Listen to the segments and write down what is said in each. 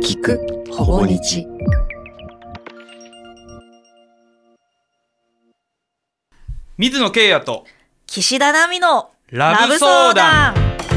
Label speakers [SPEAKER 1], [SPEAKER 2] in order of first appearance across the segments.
[SPEAKER 1] 聞くほぼ日。
[SPEAKER 2] 水野圭也と
[SPEAKER 3] 岸田奈美の
[SPEAKER 2] ラブ相談。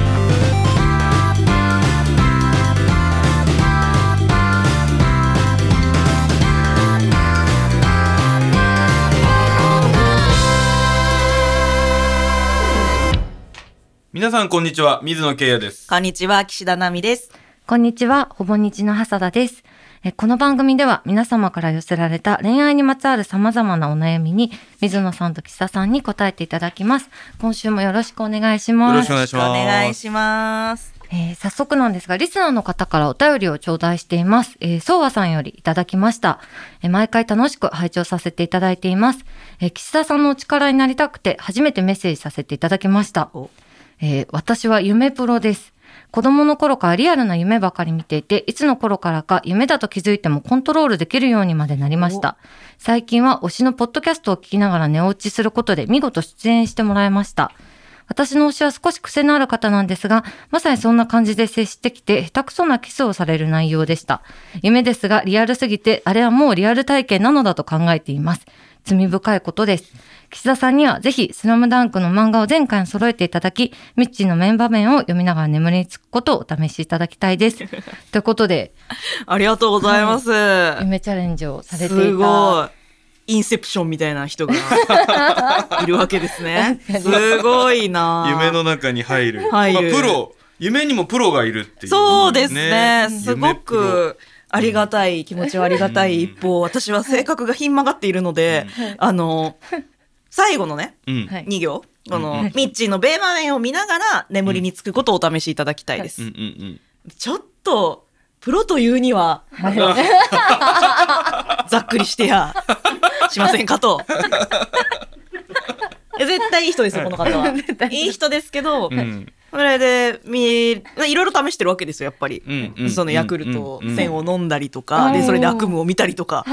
[SPEAKER 2] 皆さんこんにちは、水野圭也です。
[SPEAKER 3] こんにちは、岸田奈美です。
[SPEAKER 4] こんにちは、ほぼ日のhasada田です。この番組では皆様から寄せられた恋愛にまつわる様々なお悩みに水野さんと岸田さんに答えていただきます。今週もよろしくお願いします。
[SPEAKER 2] よろしくお願いします。
[SPEAKER 3] お願いします。
[SPEAKER 4] 早速なんですが、リスナーの方からお便りを頂戴しています。相和さんよりいただきました。毎回楽しく拝聴させていただいています。岸田さんのお力になりたくて初めてメッセージさせていただきました。私は夢プロです。子供の頃からリアルな夢ばかり見ていて、いつの頃からか夢だと気づいてもコントロールできるようにまでなりました。最近は推しのポッドキャストを聞きながら寝落ちすることで見事出演してもらいました。私の推しは少し癖のある方なんですが、まさにそんな感じで接してきて下手くそなキスをされる内容でした。夢ですがリアルすぎて、あれはもうリアル体験なのだと考えています。罪深いことです。岸田さんにはぜひスラムダンクの漫画を全巻揃えていただき、ミッチーの名場面を読みながら眠りにつくことをお試しいただきたいです。ということで、
[SPEAKER 3] ありがとうございます。
[SPEAKER 4] 夢チャレンジをされていた。
[SPEAKER 3] すごい。インセプションみたいな人がいるわけですね。すごいな。
[SPEAKER 2] 夢の中に入る。
[SPEAKER 3] 入る。
[SPEAKER 2] プロ、夢にもプロがいるっていう、ね。
[SPEAKER 3] そうですね。すごくありがたい、気持ちはありがたい一方、私は性格がひん曲がっているので、最後のね、2行、ミッチーのベーマ面を見ながら眠りにつくことをお試しいただきたいです。ちょっとプロというにはざっくりしてやしませんかと。絶対いい人ですよ、この方は。いい人ですけど、それでいろいろ試してるわけですよ、やっぱり。そのヤクルト1000を飲んだりとか、でそれで悪夢を見たりとか、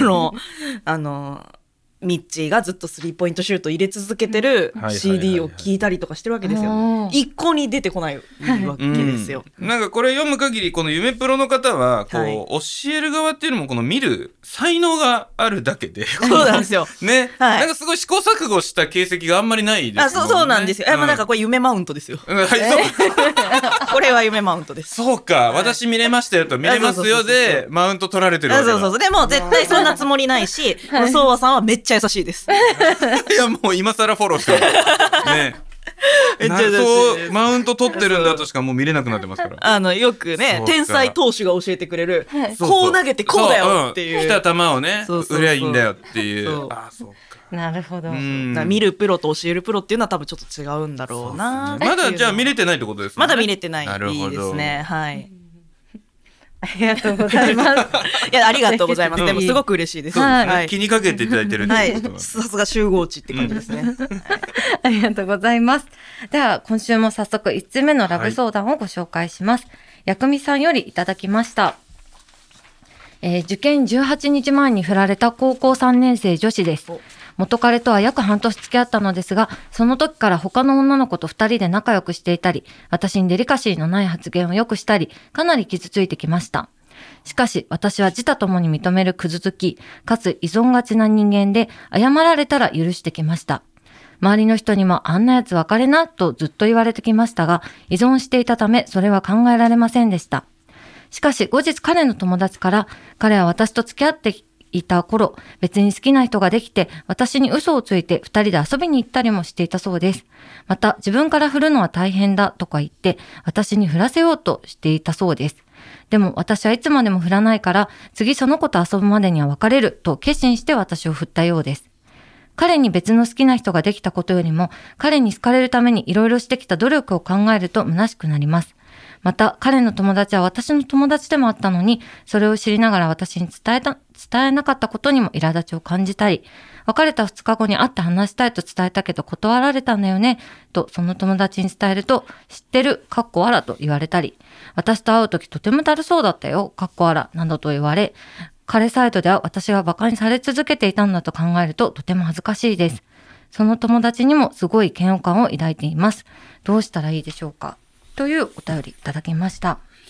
[SPEAKER 3] ミッチーがずっとスリーポイントシュート入れ続けてる CD を聞いたりとかしてるわけですよ。一向に出てこないわけですよ。
[SPEAKER 2] なんかこれ読む限り、この夢プロの方はこう、教える側っていうのもこの見る才能があるだけで、
[SPEAKER 3] そうなんですよ。
[SPEAKER 2] ね、なんかすごい試行錯誤した形跡があんまりないですもんね。
[SPEAKER 3] そうなんですよ。なんかこれ夢マウントですよ。これは夢マウントです。
[SPEAKER 2] そうか、私見れましたよと、見れますよでマウント取られてるわけだ。
[SPEAKER 3] そうでも絶対そんなつもりないし、相和さんはめっちゃ優しいです。
[SPEAKER 2] いや、もう今更フォローしてね。そうマウント取ってるんだとしかもう見れなくなってますから。
[SPEAKER 3] よくね、天才投手が教えてくれる、こう投げてこうだよっていう、
[SPEAKER 2] 来た球をね売りゃいいんだよっていう。あ、そうか。
[SPEAKER 4] なるほど。
[SPEAKER 3] 見るプロと教えるプロっていうのは多分ちょっと違うんだろうな。
[SPEAKER 2] まだじゃあ見れてないってことですね。
[SPEAKER 3] まだ見れてないですね。はい。
[SPEAKER 4] ありがとうございます。
[SPEAKER 3] いや、ありがとうございます。でもすごく嬉しいです。
[SPEAKER 2] 気にかけていただいてるってことは。
[SPEAKER 3] さすが集合値って感じですね。
[SPEAKER 4] ありがとうございます。では今週も早速1つ目のラブ相談をご紹介します。薬味さんよりいただきました。受験18日前に振られた高校3年生女子です。元彼とは約半年付き合ったのですが、その時から他の女の子と2人で仲良くしていたり、私にデリカシーのない発言をよくしたり、かなり傷ついてきました。しかし私は自他ともに認めるクズ好き、かつ依存がちな人間で、謝られたら許してきました。周りの人にもあんなやつ別れなとずっと言われてきましたが、依存していたためそれは考えられませんでした。しかし後日彼の友達から、彼は私と付き合っていた頃、別に好きな人ができて、私に嘘をついて二人で遊びに行ったりもしていたそうです。また、自分から振るのは大変だとか言って、私に振らせようとしていたそうです。でも私はいつまでも振らないから、次その子と遊ぶまでには別れると決心して私を振ったようです。彼に別の好きな人ができたことよりも、彼に好かれるためにいろいろしてきた努力を考えると虚しくなります。また彼の友達は私の友達でもあったのに、それを知りながら私に伝えなかったことにも苛立ちを感じたり、別れた2日後に会って話したいと伝えたけど断られたんだよねとその友達に伝えると、知ってるあらと言われたり、私と会うときとてもだるそうだったよあらなどと言われ、彼サイドでは私が馬鹿にされ続けていたんだと考えるととても恥ずかしいです。その友達にもすごい嫌悪感を抱いています。どうしたらいいでしょうか、というお便りいただきました。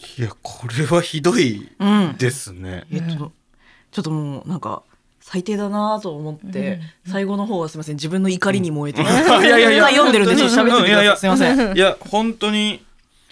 [SPEAKER 2] いやこれはひどいですね、
[SPEAKER 3] ちょっともうなんか最低だなと思って、最後の方はすみません自分の怒りに燃えて、いやいやいや読んでるんでちょっと喋っててください、すみません。
[SPEAKER 2] いや本当に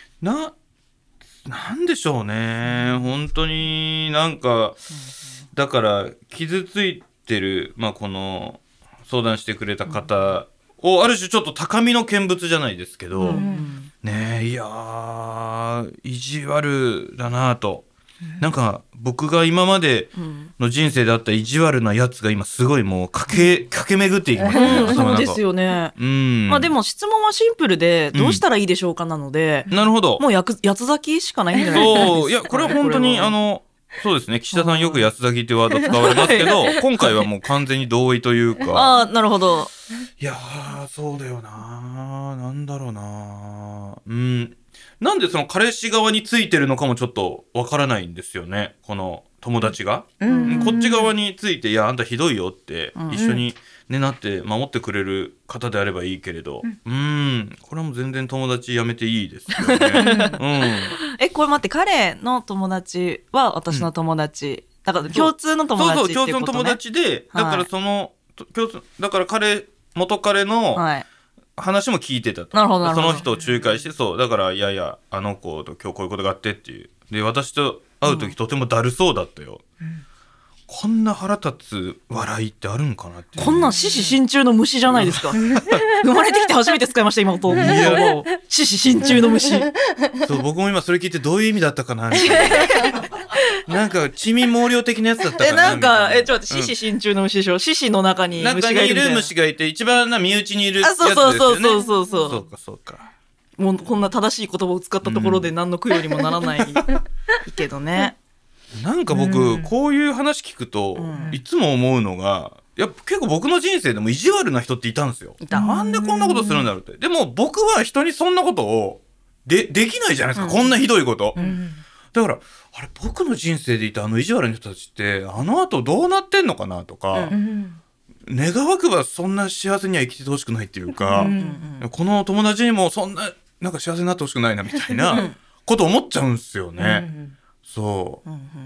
[SPEAKER 2] なんでしょうね、本当になんか、だから傷ついてる、この相談してくれた方をある種ちょっと高みの見物じゃないですけど、ねえ、いやー意地悪だなと、なんか僕が今までの人生であった意地悪なやつが今すごいもう駆け巡っていきますね、
[SPEAKER 3] そうですよね、でも質問はシンプルでどうしたらいいでしょうかなので、
[SPEAKER 2] なるほど、
[SPEAKER 3] もう八つ咲きしかないんじゃないですか。
[SPEAKER 2] そういやこれは本当にそうですね、岸田さんよく八つ咲きってワード使われますけど今回はもう完全に同意というか
[SPEAKER 3] なるほど。
[SPEAKER 2] いやーそうだよな、なんだろうな、なんでその彼氏側についてるのかもちょっとわからないんですよね、この友達が、こっち側についていやあんたひどいよって一緒に、なって守ってくれる方であればいいけれど、これはもう全然友達やめていいですよね。
[SPEAKER 3] これ待って、彼の友達は私の友達、だから共通の友達っていうことね。
[SPEAKER 2] 共通の友達で、だからその、だから元彼の話も聞いてたと、その人を仲介して、そうだからいやいやあの子と今日こういうことがあってっていう、で私と会う時とてもだるそうだったよ、こんな腹立つ笑いってあるんかなって、
[SPEAKER 3] こんなん獅子心中の虫じゃないですか生まれてきて初めて使いました今と獅子心中の虫
[SPEAKER 2] そう僕も今それ聞いてどういう意味だったかなみたいななんか地味毛量的なやつだったかな
[SPEAKER 3] なんかちょっと獅子心中の虫でしょ、獅子の中に虫がいるみたいな、
[SPEAKER 2] 虫がいて一番身内にいるやつですよね。そうか
[SPEAKER 3] もうこんな正しい言葉を使ったところで何の供養にもならないけどね。
[SPEAKER 2] なんか僕、こういう話聞くと、いつも思うのが、やっぱ結構僕の人生でも意地悪な人っていたんですよ。なんでこんなことするんだろうって。でも僕は人にそんなことをできないじゃないですか、こんなひどいこと、だからあれ僕の人生でいた意地悪な人たちってあの後どうなってんのかなとか、願わくばそんな幸せには生きてほしくないっていうか、この友達にもそんななんか幸せになってほしくないなみたいなこと思っちゃうんですよね。そう、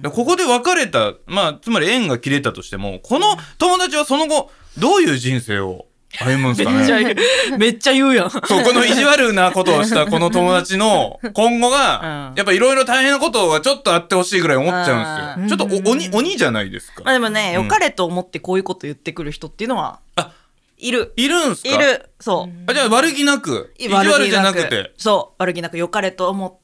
[SPEAKER 2] ここで別れた、つまり縁が切れたとしても、この友達はその後どういう人生を歩むんですかね。
[SPEAKER 3] めっちゃ言うやん。
[SPEAKER 2] そう、この意地悪なことをしたこの友達の今後が、やっぱいろいろ大変なことがちょっとあってほしいぐらい思っちゃうんですよ。ちょっと鬼じゃないですか。
[SPEAKER 3] でもね、良かれと思ってこういうこと言ってくる人っていうのはいる
[SPEAKER 2] んすか。
[SPEAKER 3] いる。そう。
[SPEAKER 2] じゃあ悪気なく、意地悪じゃなくて、
[SPEAKER 3] そう悪気なく良かれと思って、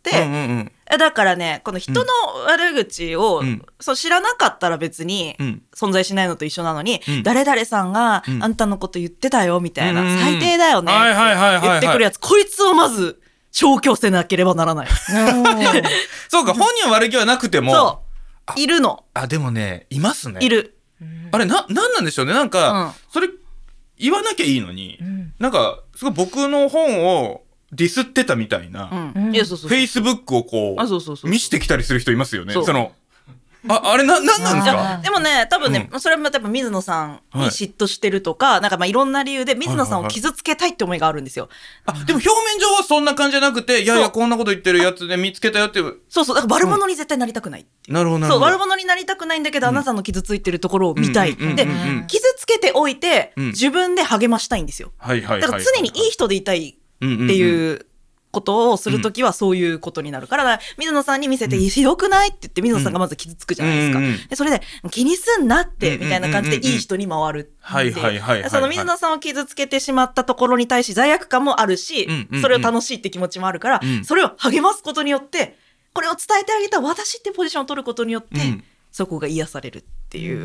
[SPEAKER 3] だからね、この人の悪口を、そう知らなかったら別に存在しないのと一緒なのに、誰々さんがあんたのこと言ってたよみたいな、最低だよねって言ってくるやつ、こいつをまず消去せなければならない。
[SPEAKER 2] そうか、本人は悪気はなくても、
[SPEAKER 3] そういるの。
[SPEAKER 2] でもね、いますね。
[SPEAKER 3] いる。
[SPEAKER 2] あれなんなんでしょうね。なんか、それ言わなきゃいいのに、なんかすごい僕の本をディスってたみたいな、フェイスブックをこう見してきたりする人いますよね。あれなんですか。
[SPEAKER 3] でもね、多分ね、それも多分水野さんに嫉妬してるとか、なんかいろんな理由で水野さんを傷つけたいって思いがあるんですよ。
[SPEAKER 2] でも表面上はそんな感じじゃなくて、いやいやこんなこと言ってるやつで見つけたよっていう。
[SPEAKER 3] そうだから悪者に絶対なりたくないっていう。
[SPEAKER 2] なるほど。
[SPEAKER 3] そう、悪者になりたくないんだけど、あなたの傷ついてるところを見たい。で、傷つけておいて、自分で励ましたいんですよ。だから常にいい人でいたいっていうことをするときはそういうことになるから、水野さんに見せてひどくないって言って水野さんがまず傷つくじゃないですか。でそれで気にすんなってみたいな感じでいい人に回る。その水野さんを傷つけてしまったところに対し罪悪感もあるし、それを楽しいって気持ちもあるから、それを励ますことによってこれを伝えてあげた私ってポジションを取ることによって、そこが癒されるっていう。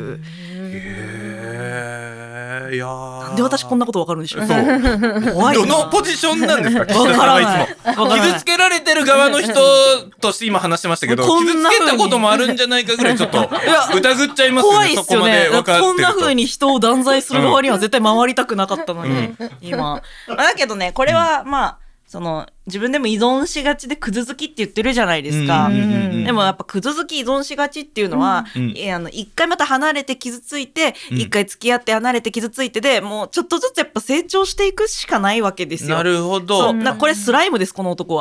[SPEAKER 2] いや
[SPEAKER 3] なんで私こんなことわかるんでしょう。
[SPEAKER 2] 怖い。どのポジションなんですか。岸田さんはいつも傷つけられてる側の人として今話してましたけど、傷つけたこともあるんじゃないかぐらいちょっと疑っちゃいますよね。
[SPEAKER 3] 怖いっすよね。こんな風に人を断罪する側には絶対回りたくなかったのに、今。だけどね、これはその自分でも依存しがちでくず好きって言ってるじゃないですか。でもやっぱくず好き依存しがちっていうのは、一回また離れて傷ついて、一回付き合って離れて傷ついてで、もうちょっとずつやっぱ成長していくしかないわけですよ。
[SPEAKER 2] なるほど。
[SPEAKER 3] これスライムです、この男は。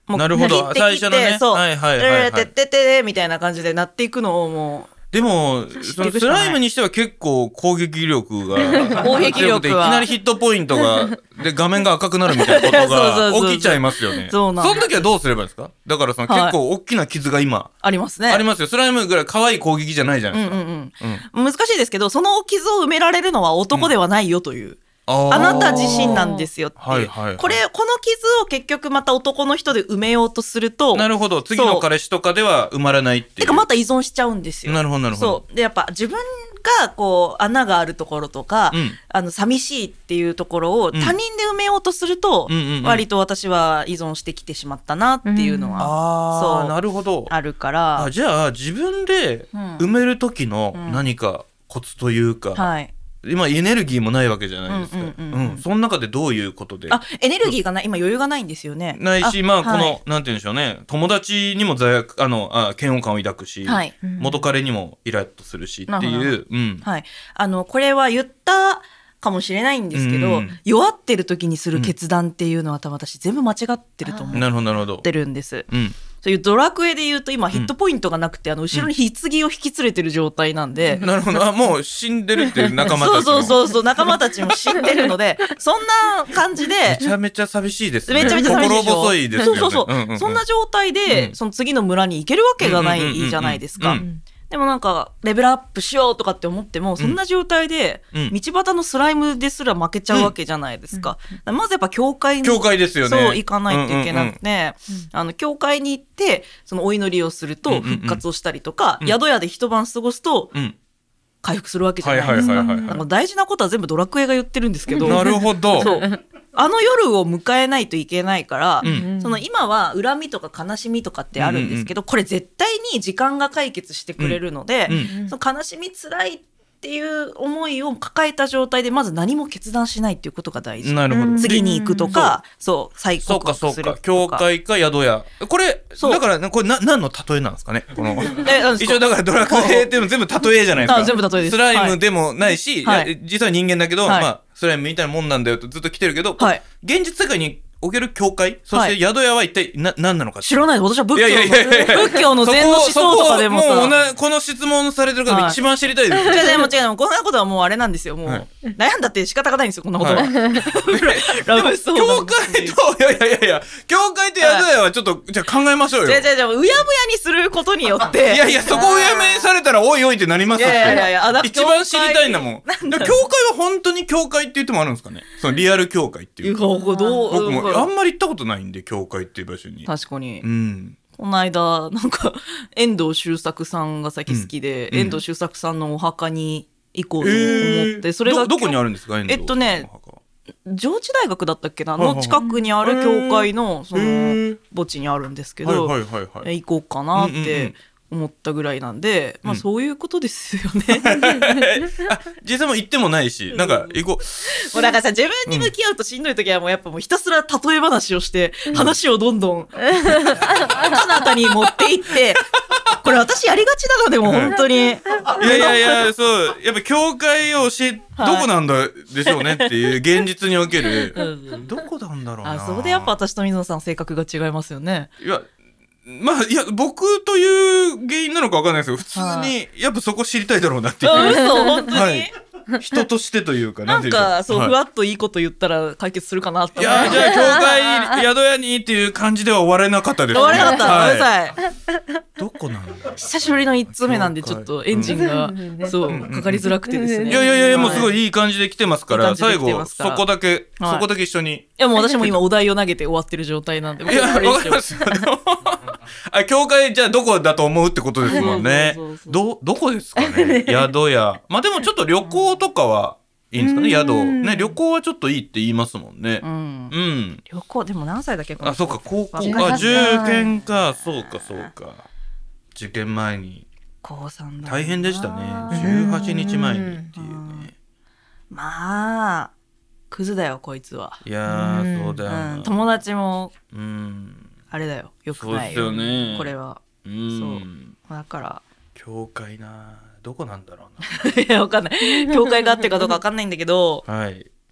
[SPEAKER 3] もう
[SPEAKER 2] なるほど、
[SPEAKER 3] 切って
[SPEAKER 2] 最初のね。
[SPEAKER 3] そう、
[SPEAKER 2] はいはいはいはい。
[SPEAKER 3] てってってみたいな感じでなっていくのをもう。
[SPEAKER 2] でも、そのスライムにしては結構攻撃力が
[SPEAKER 3] 攻撃力は
[SPEAKER 2] 強くていきなりヒットポイントが、で、画面が赤くなるみたいなことが起きちゃいますよね。
[SPEAKER 3] そうなんです。
[SPEAKER 2] その時はどうすればいいですか？だからその結構大きな傷が今、
[SPEAKER 3] ありますね。
[SPEAKER 2] ありますよ。スライムぐらい可愛い攻撃じゃないじゃないですか。
[SPEAKER 3] 難しいですけど、その傷を埋められるのは男ではないよという。あなた自身なんですよっていう、
[SPEAKER 2] はいはいはい、
[SPEAKER 3] この傷を結局また男の人で埋めようとすると、
[SPEAKER 2] なるほど、次の彼氏とかでは埋まらないっていう。
[SPEAKER 3] てかまた依存しちゃうんですよ。
[SPEAKER 2] なるほどなるほど。
[SPEAKER 3] そうでやっぱ自分がこう穴があるところとか、寂しいっていうところを他人で埋めようとすると、割と私は依存してきてしまったなっていうのは、
[SPEAKER 2] そうなるほど
[SPEAKER 3] あるから。
[SPEAKER 2] じゃあ自分で埋める時の何かコツというか、はい、今エネルギーもないわけじゃないですか。その中でどういうことで。
[SPEAKER 3] エネルギーがない、今余裕がないんですよね。
[SPEAKER 2] ないし、まあこの、はい、なんて言うんでしょうね。友達にも嫌悪感を抱くし、はい、元彼にもイラッとするしっていう。
[SPEAKER 3] はい。これは言ったかもしれないんですけど、弱ってる時にする決断っていうのは多分私全部間違ってると思ってるんです。そういうドラクエで言うと今ヒットポイントがなくて、後ろに棺を引き連れてる状態なんで、
[SPEAKER 2] なるほど。もう死んでるっていう仲間たちも
[SPEAKER 3] そう仲間たちも死んでるのでそんな感じで
[SPEAKER 2] めちゃめちゃ寂しいですね。
[SPEAKER 3] めちゃめちゃ寂しいでしょ。
[SPEAKER 2] 心細いですよね。
[SPEAKER 3] そうそんな状態で、その次の村に行けるわけがないじゃないですか。でもなんかレベルアップしようとかって思っても、そんな状態で道端のスライムですら負けちゃうわけじゃないですか。まずやっぱ教会
[SPEAKER 2] ですよね。
[SPEAKER 3] そう行かないといけなくて、教会に行ってそのお祈りをすると復活をしたりとか、宿屋で一晩過ごすと回復するわけじゃないですか。大事なことは全部ドラクエが言ってるんですけど。
[SPEAKER 2] なるほど。
[SPEAKER 3] そう夜を迎えないといけないから、その今は恨みとか悲しみとかってあるんですけど、これ絶対に時間が解決してくれるので、その悲しみ辛いっていう思いを抱えた状態でまず何も決断しないっていうことが大事。
[SPEAKER 2] なるほど。
[SPEAKER 3] 次に行くとか、再告白するとか。
[SPEAKER 2] 教会か宿屋。これだからこれ何の例えなんですかね。この一応だからドラクエっていうの全部例えじゃないですか。
[SPEAKER 3] 全部例えです。
[SPEAKER 2] スライムでもないし、実は人間だけど、まあスライムみたいなもんなんだよとずっと来てるけど、現実世界における教会、そして宿屋は一体何なのか。
[SPEAKER 3] 知らない。私は仏教の禅の思想とかでもさ、
[SPEAKER 2] もうこの質問されてる方一番知りたいです。
[SPEAKER 3] 違うこんなことはもうあれなんですよ。もう悩んだって仕方がないんですよ、こんなことは。ラブソー
[SPEAKER 2] 教会といや教会と宿屋はちょっとじゃあ考えましょうよ。
[SPEAKER 3] うやむやにすることによって、
[SPEAKER 2] いやそこうやめされたらおいおいってなりますって。一番知りたいんだもん。教会は本当に教会って言ってもあるんですかね。そのリアル教会っていう。僕もあんまり行ったことないんで、教会っていう場所に。
[SPEAKER 3] 確かに。この間なんか遠藤周作さんが最近好きで、遠藤周作さんのお墓に行こうと思って、それが
[SPEAKER 2] どこにあるんですか？遠藤さんのお墓。
[SPEAKER 3] 上智大学だったっけなの近くにある教会のその墓地にあるんですけど、行こうかなって思ったぐらいなんで、まあそういうことですよね。
[SPEAKER 2] 実際も行ってもないし、なんか行こう。
[SPEAKER 3] もうなんかさ、自分に向き合うとしんどい時はもうやっぱもうひたすら例え話をして、話をどんどん彼方に持っていって、これ私やりがちなのでも本当に。い
[SPEAKER 2] やそう、やっぱ教会をどこなんだでしょうねっていう現実におけるどこなんだろうな。
[SPEAKER 3] そこでやっぱ私と水野さん性格が違いますよね。
[SPEAKER 2] まあ僕という原因なのか分かんないですけど、普通にやっぱそこ知りたいだろうなっていう。
[SPEAKER 3] 本当に。
[SPEAKER 2] 人としてというか、
[SPEAKER 3] なんかそう、ふわっといいこと言ったら解決するかなって。
[SPEAKER 2] いや、じゃあ教会宿屋にっていう感じでは終われなかったですね。
[SPEAKER 3] 終われなかった。ごめんなさい。
[SPEAKER 2] どこなんだ。
[SPEAKER 3] 久しぶりの1通目なんでちょっとエンジンがかかりづらくてですね。
[SPEAKER 2] いやもうすごいいい感じで来てますから、最後そこだけ一緒に。い
[SPEAKER 3] やもう私も今お題を投げて終わってる状態なんで。
[SPEAKER 2] いやわかりますよ。教会じゃあどこだと思うってことですもんね。どこですかね。宿屋。まあでもちょっと旅行とかはいいんですかね。宿ね、旅行はちょっといいって言いますもんね。
[SPEAKER 3] 旅行でも何歳だっけ？
[SPEAKER 2] そうか、高校受験か。そうか受験前に
[SPEAKER 3] 高3だ。
[SPEAKER 2] 大変でしたね。18日前にっていうね。
[SPEAKER 3] まあクズだよこいつは。
[SPEAKER 2] いやそうだよ。
[SPEAKER 3] 友達もあれだよ、よくないよ。
[SPEAKER 2] そうですよね。
[SPEAKER 3] これは。そうだから
[SPEAKER 2] 教会な、どこなんだろうな。
[SPEAKER 3] いやわかんない。教会があってかどうかわかんないんだけど、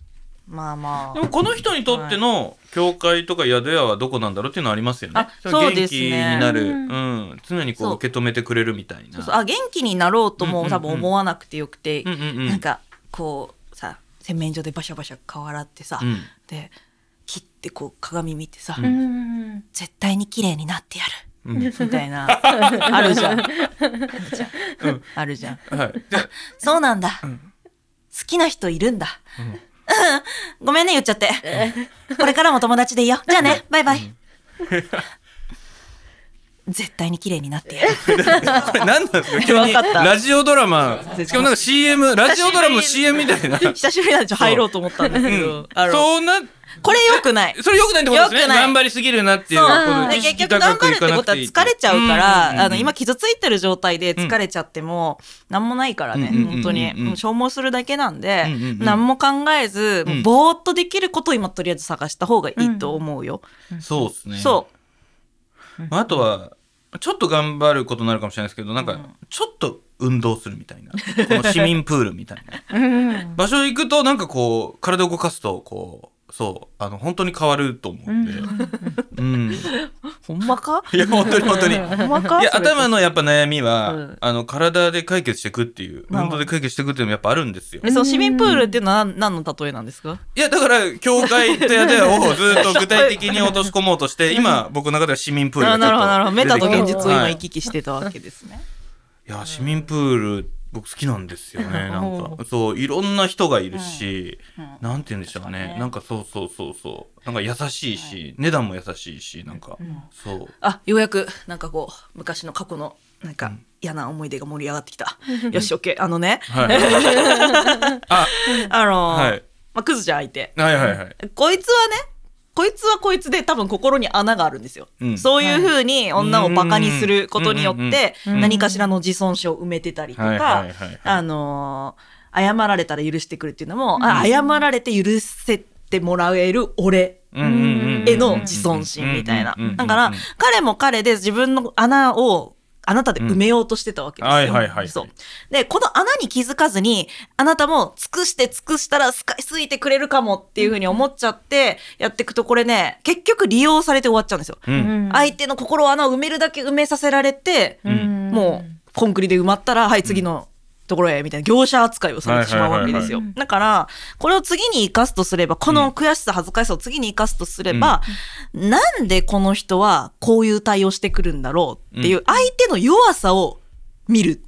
[SPEAKER 3] まあまあ。
[SPEAKER 2] でもこの人にとっての教会とか宿屋はどこなんだろうっていうのはありますよね。
[SPEAKER 3] そうですね。
[SPEAKER 2] 元気になる、常にこう受け止めてくれるみたいな。
[SPEAKER 3] そう元気になろうとも多分思わなくてよくて、なんかこうさ、洗面所でバシャバシャ顔洗ってさ、で切ってこう鏡見てさ、絶対に綺麗になってやる、みたいなあるじゃん。あるじゃん。そうなんだ。好きな人いるんだ。ごめんね言っちゃって。これからも友達でいよ。じゃあね、バイバイ。絶対に綺麗になってやる。
[SPEAKER 2] これ何なんですか？急にラジオドラマ、しかもなんか CM、ラジオドラマの CM みたいな。
[SPEAKER 3] 久しぶりなんで入ろうと思ったんですけど、
[SPEAKER 2] そんな
[SPEAKER 3] これ良くない。
[SPEAKER 2] それ良くないってことですね。頑張りすぎるなっていう。
[SPEAKER 3] 結局頑張るってことは疲れちゃうから、今傷ついてる状態で疲れちゃってもなんもないからね、本当に消耗するだけなんで、何も考えずぼーっとできることを今とりあえず探した方がいいと思うよ。
[SPEAKER 2] そうですね。
[SPEAKER 3] そう。
[SPEAKER 2] あとはちょっと頑張ることになるかもしれないですけど、なんかちょっと運動するみたいな、この市民プールみたいな場所行くとなんかこう体を動かすとこう本当に変わると思うんで。
[SPEAKER 3] ほんまか？
[SPEAKER 2] いや本当に本当に。
[SPEAKER 3] ほんまか？
[SPEAKER 2] いや頭のやっぱ悩みは、体で解決していくっていう、運動で解決していくっていうのもやっぱあるんですよ。
[SPEAKER 3] そう、市民プールっていうのは何の例えなんですか？
[SPEAKER 2] いやだから教会と宿屋をずっと具体的に落とし込もうとして今僕の中では市民プールがちょっと
[SPEAKER 3] なるほどなるほど。メタと現実を今行き来してたわけですね。
[SPEAKER 2] いや市民プール僕好きなんですよね。なんかそういろんな人がいるし、なんて言うんでしょうね。なんかそうなんか優しいし、値段も優しいし、なんかそう。
[SPEAKER 3] ようやくなんかこう昔の過去のなんか嫌な思い出が盛り上がってきた。よし、オッケー。クズじゃん相手。こいつはね。こいつはこいつで多分心に穴があるんですよ、そういう風に女をバカにすることによって何かしらの自尊心を埋めてたりとか、謝られたら許してくるっていうのも、謝られて許せてもらえる俺への自尊心みたいな。だから彼も彼で自分の穴をあなたで埋めようとしてたわけですよ。で、この穴に気づかずに、あなたも尽くしたらすかいすいてくれるかもっていうふうに思っちゃってやっていくと、これね、結局利用されて終わっちゃうんですよ。相手の心を穴を埋めるだけ埋めさせられて、もうコンクリで埋まったら、はい、次のところへみたいな業者扱いをされてしまうわけですよ。だからこれを次に生かすとすれば、この悔しさ恥ずかしさを次に生かすとすれば、なんでこの人はこういう対応してくるんだろうっていう相手の弱さを見るっていう。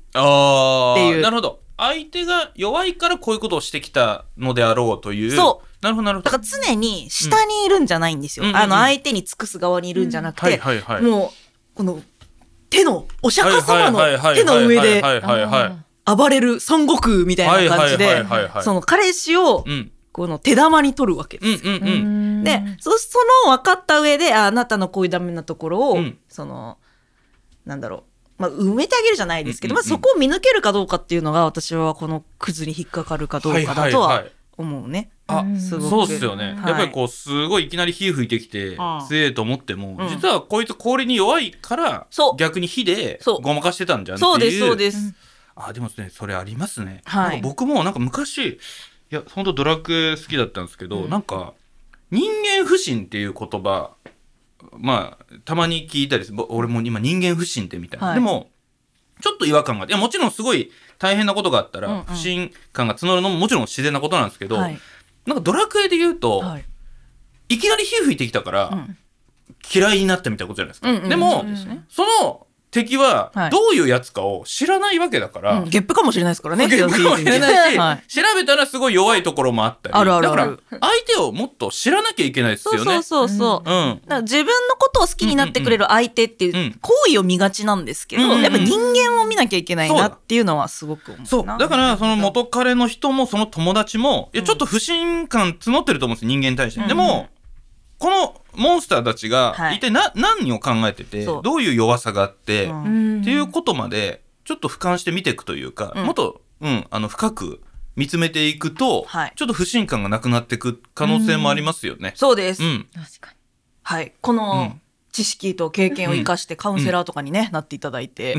[SPEAKER 2] なるほど。相手が弱いからこういうことをしてきたのであろうという。
[SPEAKER 3] そう。
[SPEAKER 2] なるほどなるほど。
[SPEAKER 3] だから常に下にいるんじゃないんですよ。相手に尽くす側にいるんじゃなくて、もうこのお釈迦様の手の上で暴れる孫悟空みたいな感じで、その彼氏をこの手玉に取るわけですよ。で、その分かった上で、あなたのこういうダメなところを、なんだろう、埋めてあげるじゃないですけど、そこを見抜けるかどうかっていうのが、私はこのクズに引っかかるかどうかだとは思うね。
[SPEAKER 2] そうっすよね。やっぱりこうすごいいきなり火吹いてきて強えと思っても、実はこいつ氷に弱いから逆に火でごまかしてたんじゃんっていう。
[SPEAKER 3] そうですそうです。
[SPEAKER 2] でもね、それありますね。僕もなんか昔、本当ドラクエ好きだったんですけど、なんか人間不信っていう言葉、たまに聞いたりする。俺も今人間不信ってみたいな。でもちょっと違和感があって、もちろんすごい大変なことがあったら不信感が募るのももちろん自然なことなんですけど、なんかドラクエで言うと、いきなり火吹いてきたから嫌いになったみたいなことじゃないですか。でもその敵はどういうやつかを知らないわけだから、
[SPEAKER 3] ゲップかもしれないですからね。
[SPEAKER 2] ゲップかもしれないし、調べたらすごい弱いところもあったり、だから相手をもっと知らなきゃいけないですよね。
[SPEAKER 3] そう。だから自分のことを好きになってくれる相手っていう行為を見がちなんですけど、やっぱ人間を見なきゃいけないなっていうのはすごく思う。
[SPEAKER 2] そうだからその元彼の人もその友達もちょっと不信感募ってると思うんですよ、人間に対して。でもこのモンスターたちが一体何を考えてて、どういう弱さがあってっていうことまでちょっと俯瞰して見ていくというか、もっと深く見つめていくと、ちょっと不信感がなくなっていく可能性もありますよね。
[SPEAKER 3] そうです。
[SPEAKER 2] 確
[SPEAKER 3] かに。はい。この知識と経験を生かしてカウンセラーとかにね、なっていただいて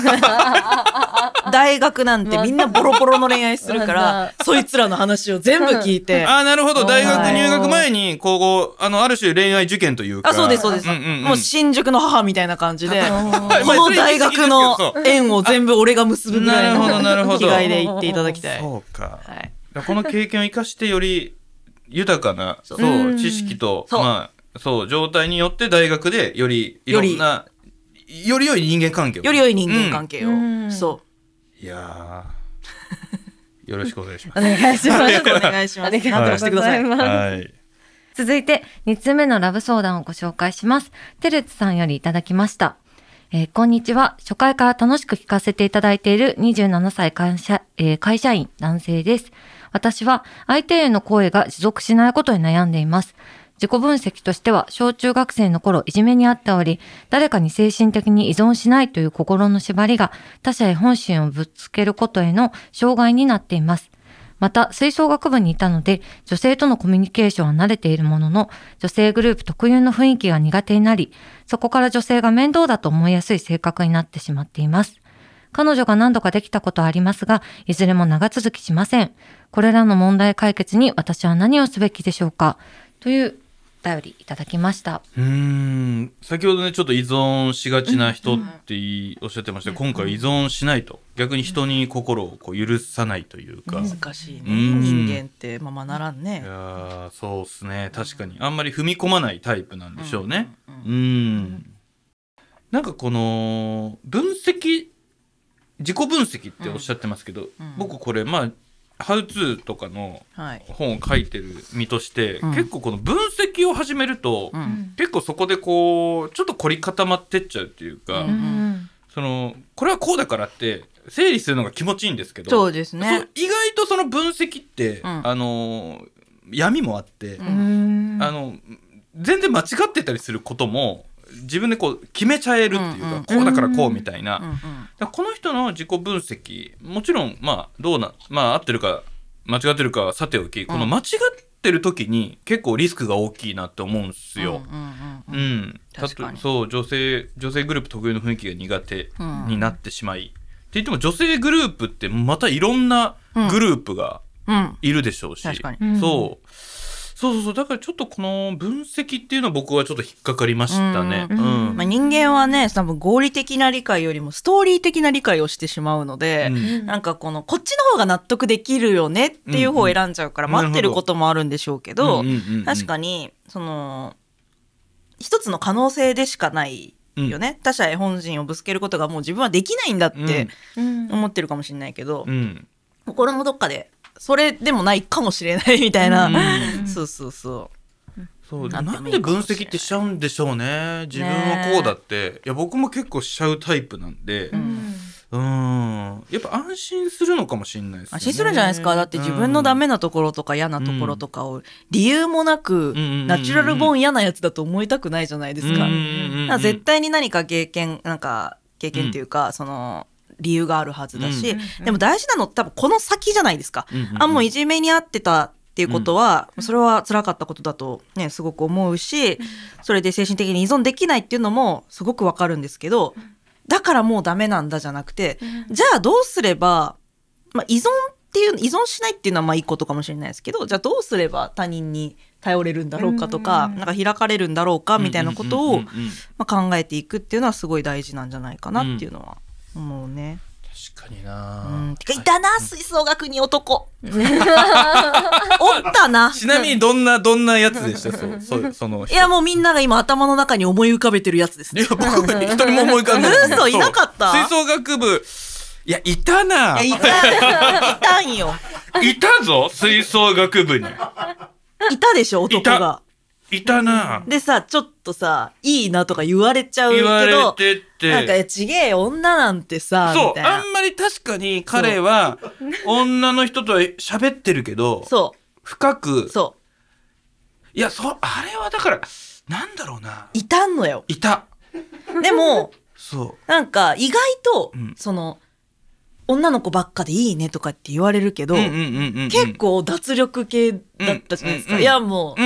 [SPEAKER 3] 大学なんてみんなボロボロの恋愛するからそいつらの話を全部聞いて
[SPEAKER 2] なるほど。大学入学前にある種恋愛受験というか。
[SPEAKER 3] そうですそうです、もう新宿の母みたいな感じでこの大学の縁を全部俺が結ぶぐらいの気概で言っていただきたい。
[SPEAKER 2] そうか、この経験を生かしてより豊かなそう知識とそう状態によって大学でよりいろんなより良い人間関係をそういやよろしくお願いします。
[SPEAKER 3] お願いします。お願いします。何とかしてください。
[SPEAKER 2] はい。
[SPEAKER 4] 続いて2つ目のラブ相談をご紹介します。テルツさんよりいただきました。こんにちは。初回から楽しく聞かせていただいている27歳会社員男性です。私は相手への声が持続しないことに悩んでいます。自己分析としては、小中学生の頃いじめにあっており、誰かに精神的に依存しないという心の縛りが他者へ本心をぶつけることへの障害になっています。また、吹奏楽部にいたので、女性とのコミュニケーションは慣れているものの、女性グループ特有の雰囲気が苦手になり、そこから女性が面倒だと思いやすい性格になってしまっています。彼女が何度かできたことはありますが、いずれも長続きしません。これらの問題解決に私は何をすべきでしょうか？というお便りいただきました。
[SPEAKER 2] 先ほどねちょっと依存しがちな人っておっしゃってましたが、今回依存しないと逆に人に心を許さないというか、
[SPEAKER 3] 難しいね、人間ってままならんね。
[SPEAKER 2] いやそうっすね、確かにあんまり踏み込まないタイプなんでしょうね。なんかこの自己分析っておっしゃってますけど、僕これハウツーとかの本を書いてる身として、結構この分析を始めると、結構そこでちょっと凝り固まってっちゃうっていうか、これはこうだからって整理するのが気持ちいいんですけど、
[SPEAKER 3] そうですね、
[SPEAKER 2] 意外とその分析って、闇もあって、全然間違ってたりすることも自分で決めちゃえるっていうか、こうだからこうみたいな、だからこの人の自己分析もちろん合ってるか間違ってるかはさておき、この間違ってる時に結構リスクが大きいなって思うんですよ。そう女性グループ特有の雰囲気が苦手になってしまい、って言っても女性グループってまたいろんなグループがいるでしょうし、そうだからちょっとこの分析っていうのは僕はちょっと引っかかりましたね。
[SPEAKER 3] 人間はね多分合理的な理解よりもストーリー的な理解をしてしまうので、なんかこっちの方が納得できるよねっていう方を選んじゃうから待ってることもあるんでしょうけど、確かに一つの可能性でしかないよね、他者へ本心をぶつけることがもう自分はできないんだって思ってるかもしれないけど、心のどっかでそれでもないかもしれないみたいな、そうなんで分析ってしちゃうんでしょうね。自分はこうだって、いや僕も結構しちゃうタイプなんで、やっぱ安心するのかもしれないですね。安心するんじゃないですか。だって自分のダメなところとか嫌なところとかを理由もなくナチュラルボーン嫌なやつだと思いたくないじゃないですか。だから絶対に何か経験っていうか理由があるはずだし、でも大事なのって多分この先じゃないですか。もういじめにあってたっていうことは、それは辛かったことだとねすごく思うし、それで精神的に依存できないっていうのもすごくわかるんですけど、だからもうダメなんだじゃなくて、じゃあどうすれば、依存しないっていうのはいいことかもしれないですけど、じゃあどうすれば他人に頼れるんだろうかとか、なんか開かれるんだろうかみたいなことを考えていくっていうのはすごい大事なんじゃないかなっていうのは思うね。
[SPEAKER 2] 確かにな、
[SPEAKER 3] いたな吹奏楽に男おったな。
[SPEAKER 2] ちなみにどんなやつでしたその人。
[SPEAKER 3] いやもうみんなが今頭の中に思い浮かべてるやつですね。
[SPEAKER 2] いや僕一人も思い浮かんでない。
[SPEAKER 3] 嘘いなかった。
[SPEAKER 2] 吹奏楽部いやいたな。
[SPEAKER 3] いたんよ。
[SPEAKER 2] いたぞ吹奏楽部に。
[SPEAKER 3] いたでしょ男が。
[SPEAKER 2] いたな。
[SPEAKER 3] でさちょっとさいいなとか言われちゃうけど、
[SPEAKER 2] 言われてって
[SPEAKER 3] なんかちげえ女なんてさ
[SPEAKER 2] そう
[SPEAKER 3] みたいな。
[SPEAKER 2] あんまり確かに彼は女の人とは喋ってるけど、
[SPEAKER 3] そう
[SPEAKER 2] 深くいやあれはだからなんだろうな、
[SPEAKER 3] いたんのよ。
[SPEAKER 2] いた。
[SPEAKER 3] でも
[SPEAKER 2] そう
[SPEAKER 3] なんか意外と、女の子ばっかでいいねとかって言われるけど、結構脱力系だったじゃないですか。いやもう、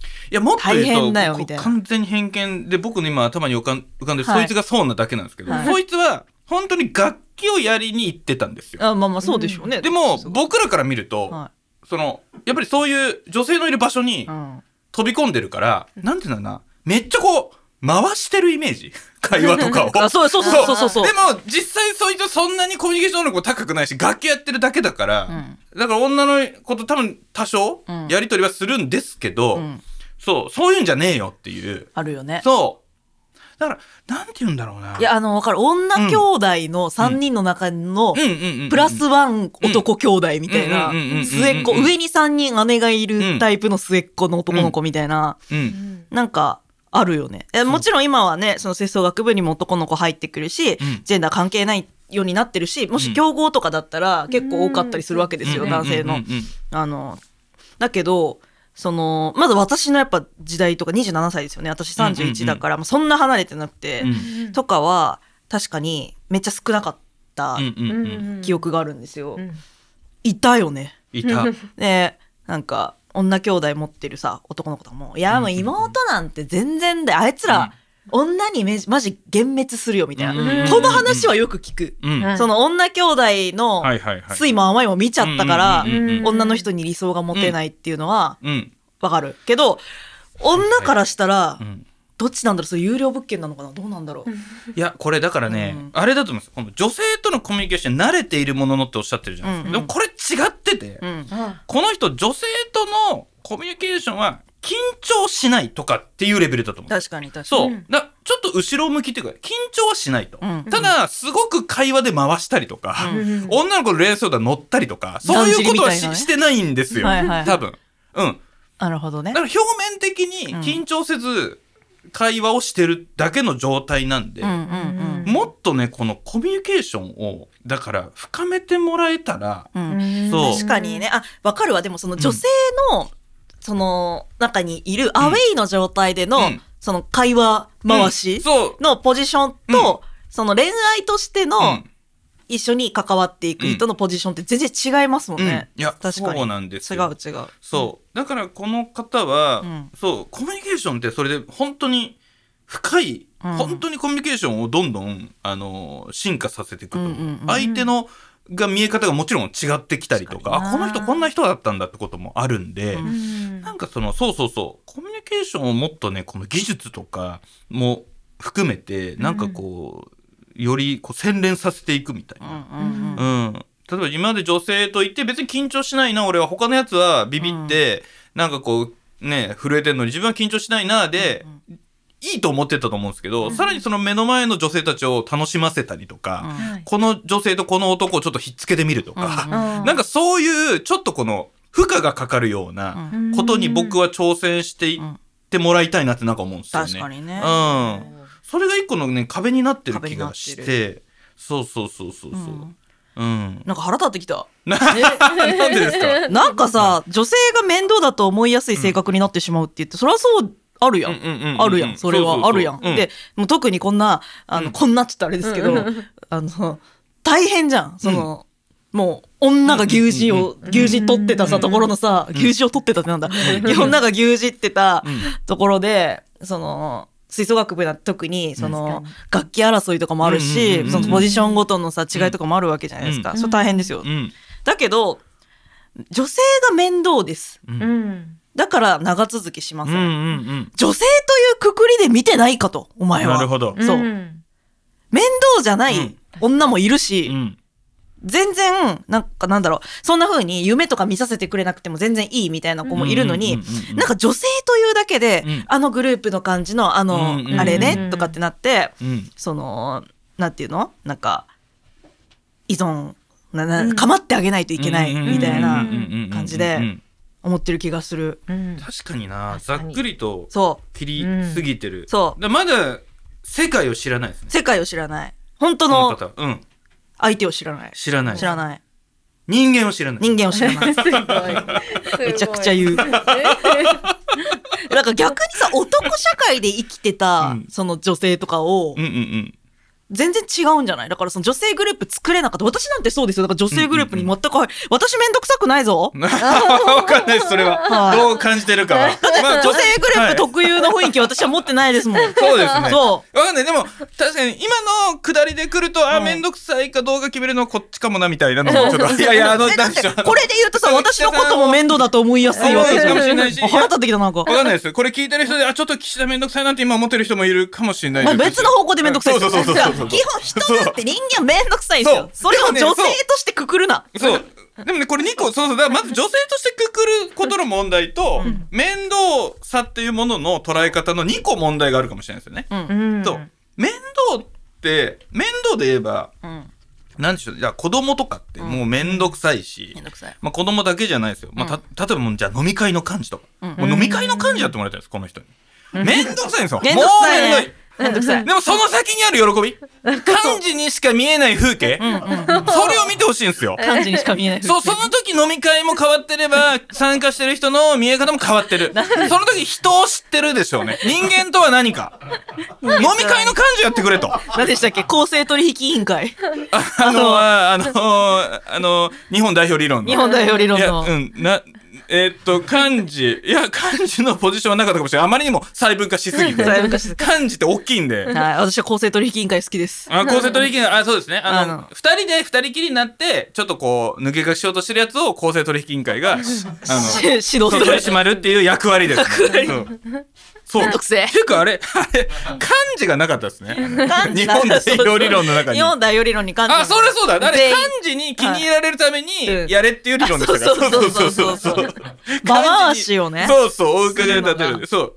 [SPEAKER 2] いやもっと言うと
[SPEAKER 3] 大変だよみたいな。
[SPEAKER 2] 完全に偏見で僕の今頭に浮かんで、そいつがそうなだけなんですけど、そいつは本当に楽器をやりに行ってたんですよ。
[SPEAKER 3] まあそうでしょうね。
[SPEAKER 2] でも僕らから見ると、やっぱりそういう女性のいる場所に飛び込んでるから、なんていうんだろうな、めっちゃこう回してるイメージ会話とかを
[SPEAKER 3] そうで
[SPEAKER 2] も実際そいつそんなにコミュニケーション能力高くないし楽器やってるだけだから、だから女の子と多分多少やり取りはするんですけど、そういうんじゃねえよっていう
[SPEAKER 3] あるよね。
[SPEAKER 2] そうだからなんて言うんだろうな。
[SPEAKER 3] いや分かる。女兄弟の3人の中のプラスワン男兄弟みたいな末っ子、上に3人姉がいるタイプの末っ子の男の子みたいな、なんかあるよね。もちろん今はね、その吹奏楽部にも男の子入ってくるし、ジェンダー関係ないようになってるし、もし強豪とかだったら結構多かったりするわけですよ、男性の。だけどまず私のやっぱ時代とか27歳ですよね。私31だから、そんな離れてなくて、とかは確かにめっちゃ少なかった記憶があるんですよ。いたよね。
[SPEAKER 2] いた。
[SPEAKER 3] でなんか女兄弟持ってるさ男の子とかも、いやもう妹なんて全然で、あいつら女にマジ幻滅するよみたいな、この話はよく聞く、その女兄弟の酸いも甘いも見ちゃったから、女の人に理想が持てないっていうのはわかるけど、女からしたらどっちなんだろう。それ有料物件なのかな、どうなんだろう。
[SPEAKER 2] いやこれだからね、あれだと思います。この女性とのコミュニケーションに慣れているもののっておっしゃってるじゃないですか、でもこれ違ってて、この人女性とのコミュニケーションは緊張しないとかっていうレベルだと思う。
[SPEAKER 3] 確かに
[SPEAKER 2] そうだ、ちょっと後ろ向きっていうか緊張はしないと、ただすごく会話で回したりとか、女の子の恋愛相談乗ったりとか、そういうことはしてないんですよ、多分。
[SPEAKER 3] なるほどね。
[SPEAKER 2] だから表面的に緊張せず会話をしてるだけの状態なんで、もっとねこのコミュニケーションをだから深めてもらえたら、そう
[SPEAKER 3] 確かにね。分かるわ。でもその女性の、その中にいるアウェイの状態での、その会話回しのポジションと、その恋愛としての一緒に関わっていく人のポジションって全然違いますもんね。
[SPEAKER 2] いや確かにそうなんですよ。
[SPEAKER 3] 違う。
[SPEAKER 2] そうだからこの方は、そうコミュニケーションってそれで本当に深い、本当にコミュニケーションをどんどん進化させていくと、相手のが見え方がもちろん違ってきたりとか、この人こんな人だったんだってこともあるんで、なんかそうコミュニケーションをもっとねこの技術とかも含めてなんかこう、よりこう洗練させていくみたいな、例えば今まで女性といって別に緊張しないな俺は、他のやつはビビって、なんかこうね震えてるのに自分は緊張しないなで、いいと思ってたと思うんですけど、さらにその目の前の女性たちを楽しませたりとか、この女性とこの男をちょっとひっつけてみるとか、なんかそういうちょっとこの負荷がかかるようなことに僕は挑戦していってもらいたいなってなんか思うんですよね。
[SPEAKER 3] 確かにね。
[SPEAKER 2] それが一個のね壁になってる気がして、そう。
[SPEAKER 3] なんか腹立ってきた。
[SPEAKER 2] なんでですか。
[SPEAKER 3] なんかさ、女性が面倒だと思いやすい性格になってしまうって言って、それはそうあるやん、あるやん、それはあるやん。でもう特にこんなこんなっつったらあれですけど、大変じゃん。もう女が牛耳取ってたさところのさ、牛耳を取ってたってなんだ、女が牛耳ってたところで、吹奏楽部だ特に楽器争いとかもあるし、そのポジションごとのさ違いとかもあるわけじゃないですか。それ大変ですよ。だけど女性が面倒です。だから長続きしません。女性というくくりで見てないかと、お前は。
[SPEAKER 2] なるほど。
[SPEAKER 3] そう。面倒じゃない女もいるし、全然なんだろう、そんな風に夢とか見させてくれなくても全然いいみたいな子もいるのに、なんか女性というだけで、グループの感じのあれねとかってなって、なんていうの、なんか依存構ってあげないといけないみたいな感じで思ってる気がする。
[SPEAKER 2] 確かにな、ざっくりと切りすぎてる。まだ世界を知らないですね。
[SPEAKER 3] 世界を知らない、本当の相手を知らない。
[SPEAKER 2] 知らない。
[SPEAKER 3] 人
[SPEAKER 2] 間を知らない。
[SPEAKER 3] めちゃくちゃ言う。なんか逆にさ、男社会で生きてたその女性とかを全然違うんじゃない？だからその女性グループ作れなかった。私なんてそうですよ。だから女性グループに全く、私めんどくさくないぞ。
[SPEAKER 2] わかんないです、それは。どう感じてるかは。
[SPEAKER 3] 女性グループ特有の雰囲気私は持ってないですもん。
[SPEAKER 2] そうですね。
[SPEAKER 3] そう。
[SPEAKER 2] わかんない。でも、確かに今の下りで来ると、めんどくさいか動画決めるのはこっちかもなみたいなのもちょっと。いやいや、
[SPEAKER 3] これで言うとさ、私のことも面倒だと思いやすいわけ
[SPEAKER 2] かもしれないし。
[SPEAKER 3] 腹立ってきたなんか。
[SPEAKER 2] わかんないです。これ聞いてる人で、ちょっと岸田めんどくさいなんて今思ってる人もいるかもしれない。
[SPEAKER 3] 別の方向でめんどくさいですよ。基本人だって人間めんどくさいですよ。それを女性としてくくるな。
[SPEAKER 2] そう。でもね、これ2個、だからまず女性としてくくることの問題と、面倒さっていうものの捉え方の2個問題があるかもしれないですよね。そう。面倒で言えば、なんでしょう、じゃあ子供とかってもうめんどくさいし、まあ子供だけじゃないですよ。まあ例えばもうじゃあ飲み会の幹事とか、もう飲み会の幹事やってもらいたいです、この人に。めんどくさいんですよ。もうめんどい。でもその先にある喜び、幹事にしか見えない風景、それを見てほしいんですよ。
[SPEAKER 3] 幹事にしか見えない。
[SPEAKER 2] そう、その時飲み会も変わってれば、参加してる人の見え方も変わってる。その時人を知ってるでしょうね。人間とは何か。飲み会の幹事やってくれと。
[SPEAKER 3] 何でしたっけ？公正取引委員会。
[SPEAKER 2] 日本代表理論の。
[SPEAKER 3] 日本代表理論の。
[SPEAKER 2] 幹事のポジションはなかったかもしれない。あまりにも細分化しすぎて。幹事って大きいんで。
[SPEAKER 3] はい、私は公正取引委員会好きです。
[SPEAKER 2] 公正取引委員会、そうですね。二人きりになって、ちょっとこう、抜け隠しようとしてるやつを公正取引委員会が、指導する。取り締まるっていう役割です。そう。
[SPEAKER 3] めんどくせえ。
[SPEAKER 2] ていうかあれ、幹事がなかったですね。日本代表理論の中に。
[SPEAKER 3] 日本代表理論に幹事。
[SPEAKER 2] それそうだ。あれ、幹事に気に入られるために、やれっていう理論でしたから。そう。
[SPEAKER 3] 場回しをね。
[SPEAKER 2] そう、お伺い立てる。そう。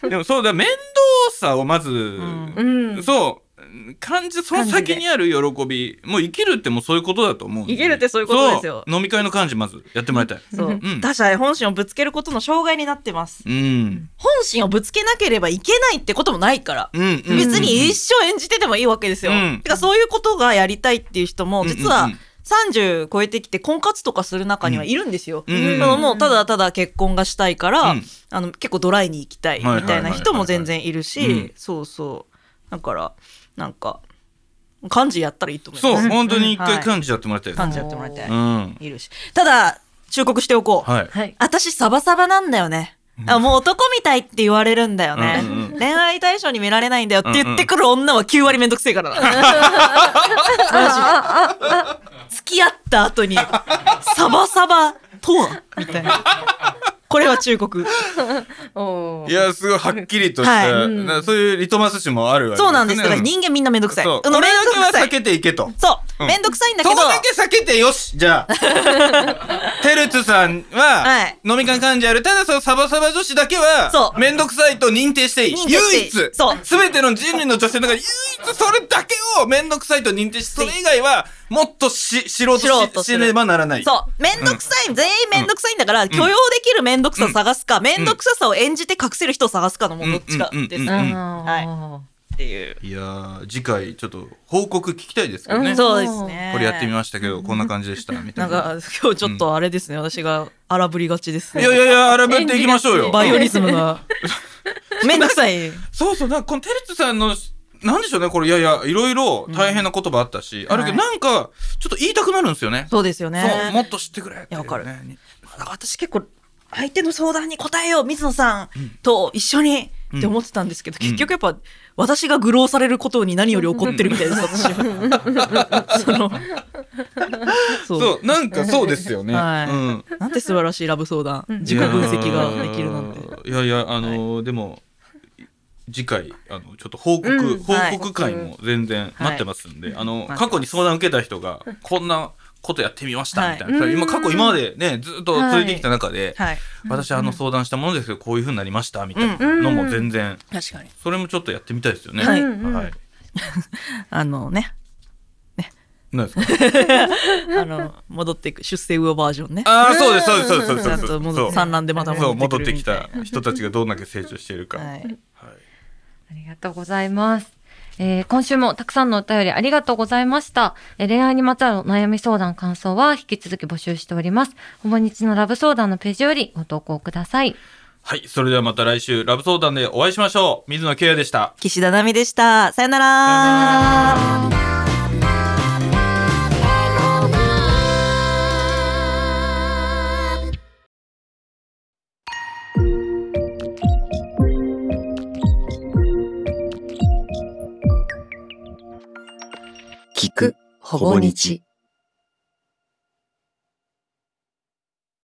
[SPEAKER 2] でもそうだ、面倒さをまず、そう。その先にある喜び、もう生きるってもうそういうことだと思う。
[SPEAKER 3] 生きるってそういうことですよ。
[SPEAKER 2] 飲み会の幹事まずやってもらいたい。
[SPEAKER 3] そう。他者へ本心をぶつけることの障害になってます。本心をぶつけなければいけないってこともないから。別に一生演じててもいいわけですよ。てかそういうことがやりたいっていう人も、実は、30超えてきて婚活とかする中にはいるんですよ。もうただただ結婚がしたいから、結構ドライに行きたいみたいな人も全然いるし、そうそう。だから、なんか、幹事やったらいいと思います。
[SPEAKER 2] そう、本当に一回幹事やってもらいたい。
[SPEAKER 3] 幹事やってもらいたい。いるし。ただ、忠告しておこう。私サバサバなんだよね。もう男みたいって言われるんだよね。恋愛対象に見られないんだよって言ってくる女は9割めんどくせえからな。マジ。付き合った後に、サバサバとはみたいな。これは忠告。
[SPEAKER 2] いや、すごいはっきりとした、そういうリトマス紙もあるわけですね。
[SPEAKER 3] そうなんです。だから人間みんなめんどくさい。
[SPEAKER 2] これだけは避けていけと。
[SPEAKER 3] そう。めんどくさいんだけど。
[SPEAKER 2] そこだけ避けてよし。じゃあ。テルツさんは、飲み会幹事やる。ただそのサバサバ女子だけは、めんどくさいと認定していい。唯一。すべての人類の女性の中で唯一それだけをめんどくさいと認定して、それ以外は、もっと知ろうとしねばならない。
[SPEAKER 3] そう。めんどくさい、全員めんどくさいんだから、許容できるめんどくさを探すか、めんどくささを演じて隠せる人を探すかのもうどっちかです。はい。っていう。
[SPEAKER 2] いやー、次回ちょっと報告聞きたいですけどね。
[SPEAKER 3] そうですね。
[SPEAKER 2] これやってみましたけど、こんな感じでしたみたいな。
[SPEAKER 3] なんか今日ちょっとあれですね、私が荒ぶりがちですね。
[SPEAKER 2] いや、荒ぶっていきましょうよ。
[SPEAKER 3] バイオリズムが。めんどくさい。
[SPEAKER 2] そう、このテルツさんの、なんでしょうね、これ、いろいろ大変な言葉あったし、あるけど、なんか、ちょっと言いたくなるんですよね。
[SPEAKER 3] そうですよね。
[SPEAKER 2] そう、もっと知ってくれって。
[SPEAKER 3] わかる。私結構、相手の相談に答えよう、水野さんと一緒にって思ってたんですけど、結局やっぱ、私が愚弄されることに何より怒ってるみたいです、私は。
[SPEAKER 2] そう、なんかそうですよね。
[SPEAKER 3] なんて素晴らしいラブ相談。自己分析ができるなんて。
[SPEAKER 2] いや、でも、次回ちょっと報告会も全然待ってますんで、過去に相談受けた人がこんなことやってみましたみたいな、今までねずっと続いてきた中で、私相談したものですけどこういう風になりましたみたいなのも全然、
[SPEAKER 3] 確かに
[SPEAKER 2] それもちょっとやってみたいですよね。
[SPEAKER 3] はい。
[SPEAKER 2] 何ですか？
[SPEAKER 3] 戻っていく出世魚バージョンね。
[SPEAKER 2] そうです。
[SPEAKER 3] ちゃんと産卵でまた
[SPEAKER 2] 戻ってきた人たちがどんだけ成長しているか。
[SPEAKER 4] ありがとうございます。今週もたくさんのお便りありがとうございました。恋愛にまつわる悩み相談感想は引き続き募集しております。ほぼ日のラブ相談のページよりご投稿ください。
[SPEAKER 2] はい、それではまた来週ラブ相談でお会いしましょう。水野圭也でした。
[SPEAKER 3] 岸田奈美でした。さよなら。
[SPEAKER 1] 聞くほぼ日。